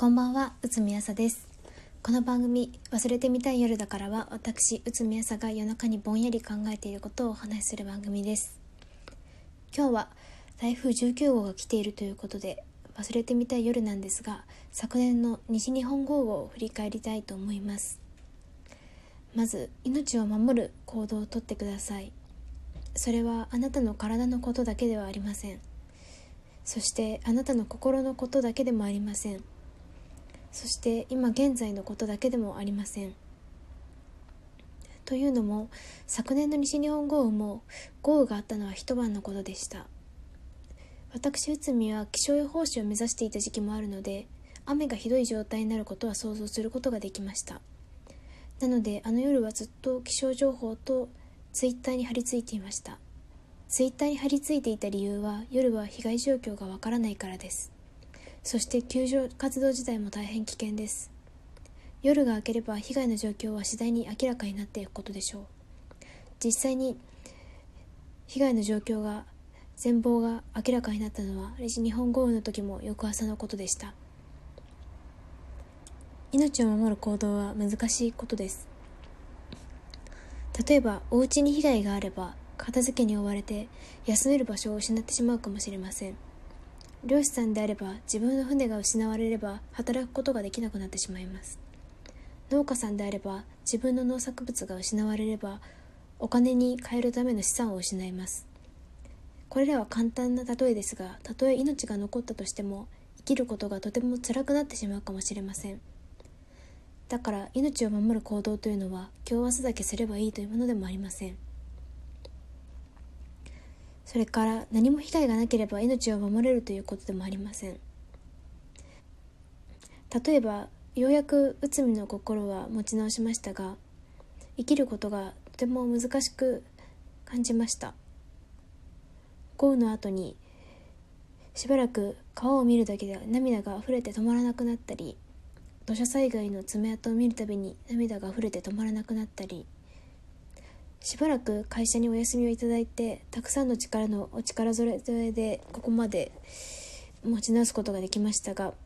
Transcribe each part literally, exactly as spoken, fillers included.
こんばんは、内海朝です。この番組忘れてみたい夜だからは、私内海朝が夜中にぼんやり考えていることをお話しする番組です。今日は台風じゅうきゅうごうが来ているということで、忘れてみたい夜なんですが、昨年の西日本豪雨を振り返りたいと思います。まず、命を守る行動をとってください。それはあなたの体のことだけではありません。そしてあなたの心のことだけでもありません。そして今現在のことだけでもありません。というのも、昨年の西日本豪雨も豪雨があったのは一晩のことでした。私内海は気象予報士を目指していた時期もあるので、雨がひどい状態になることは想像することができました。なのであの夜はずっと気象情報とツイッターに貼り付いていました。ツイッターに貼り付いていた理由は、夜は被害状況がわからないからです。そして救助活動自体も大変危険です。夜が明ければ被害の状況は次第に明らかになっていくことでしょう。実際に被害の状況が全貌が明らかになったのは西日本豪雨の時も翌朝のことでした。命を守る行動は難しいことです。例えばお家に被害があれば、片付けに追われて休める場所を失ってしまうかもしれません。漁師さんであれば、自分の船が失われれば働くことができなくなってしまいます。農家さんであれば、自分の農作物が失われればお金に換えるための資産を失います。これらは簡単な例えですが、たとえ命が残ったとしても生きることがとても辛くなってしまうかもしれません。だから命を守る行動というのは、今日明日だけすればいいというものでもありません。それから何も被害がなければ命を守れるということでもありません。例えば、ようやく内海の心は持ち直しましたが、生きることがとても難しく感じました。豪雨の後にしばらく川を見るだけで涙が溢れて止まらなくなったり、土砂災害の爪痕を見るたびに涙が溢れて止まらなくなったり、しばらく会社にお休みをいただいて、たくさんの力のお力添えでここまで持ち直すことができましたが、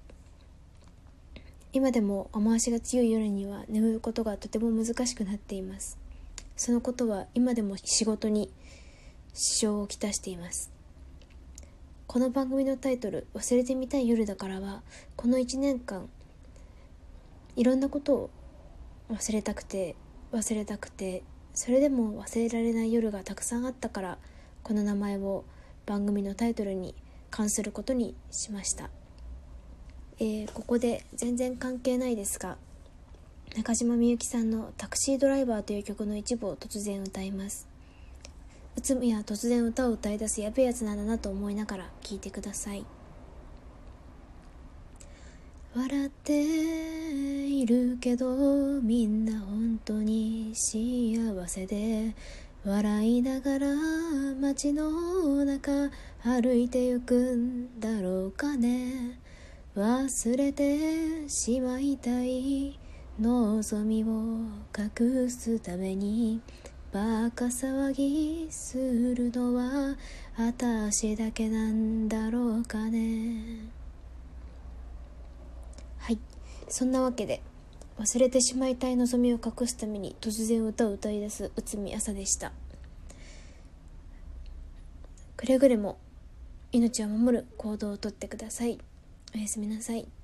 今でも雨足が強い夜には眠ることがとても難しくなっています。そのことは今でも仕事に支障をきたしています。この番組のタイトル、忘れてみたい夜だからは、このいちねんかんいろんなことを忘れたくて忘れたくてそれでも忘れられない夜がたくさんあったから、この名前を番組のタイトルに関することにしました。えー、ここで全然関係ないですが、中島みゆきさんのタクシードライバーという曲の一部を突然歌います。内海は突然歌を歌い出すやべえやつなんだなと思いながら聴いてください。笑っているけどみんな本当に幸せで、笑いながら街の中歩いてゆくんだろうかね。忘れてしまいたい望みを隠すために、バカ騒ぎするのは私だけなんだろうかね。はい、そんなわけで、忘れてしまいたい望みを隠すために突然歌を歌い出す内海朝でした。くれぐれも命を守る行動をとってください。おやすみなさい。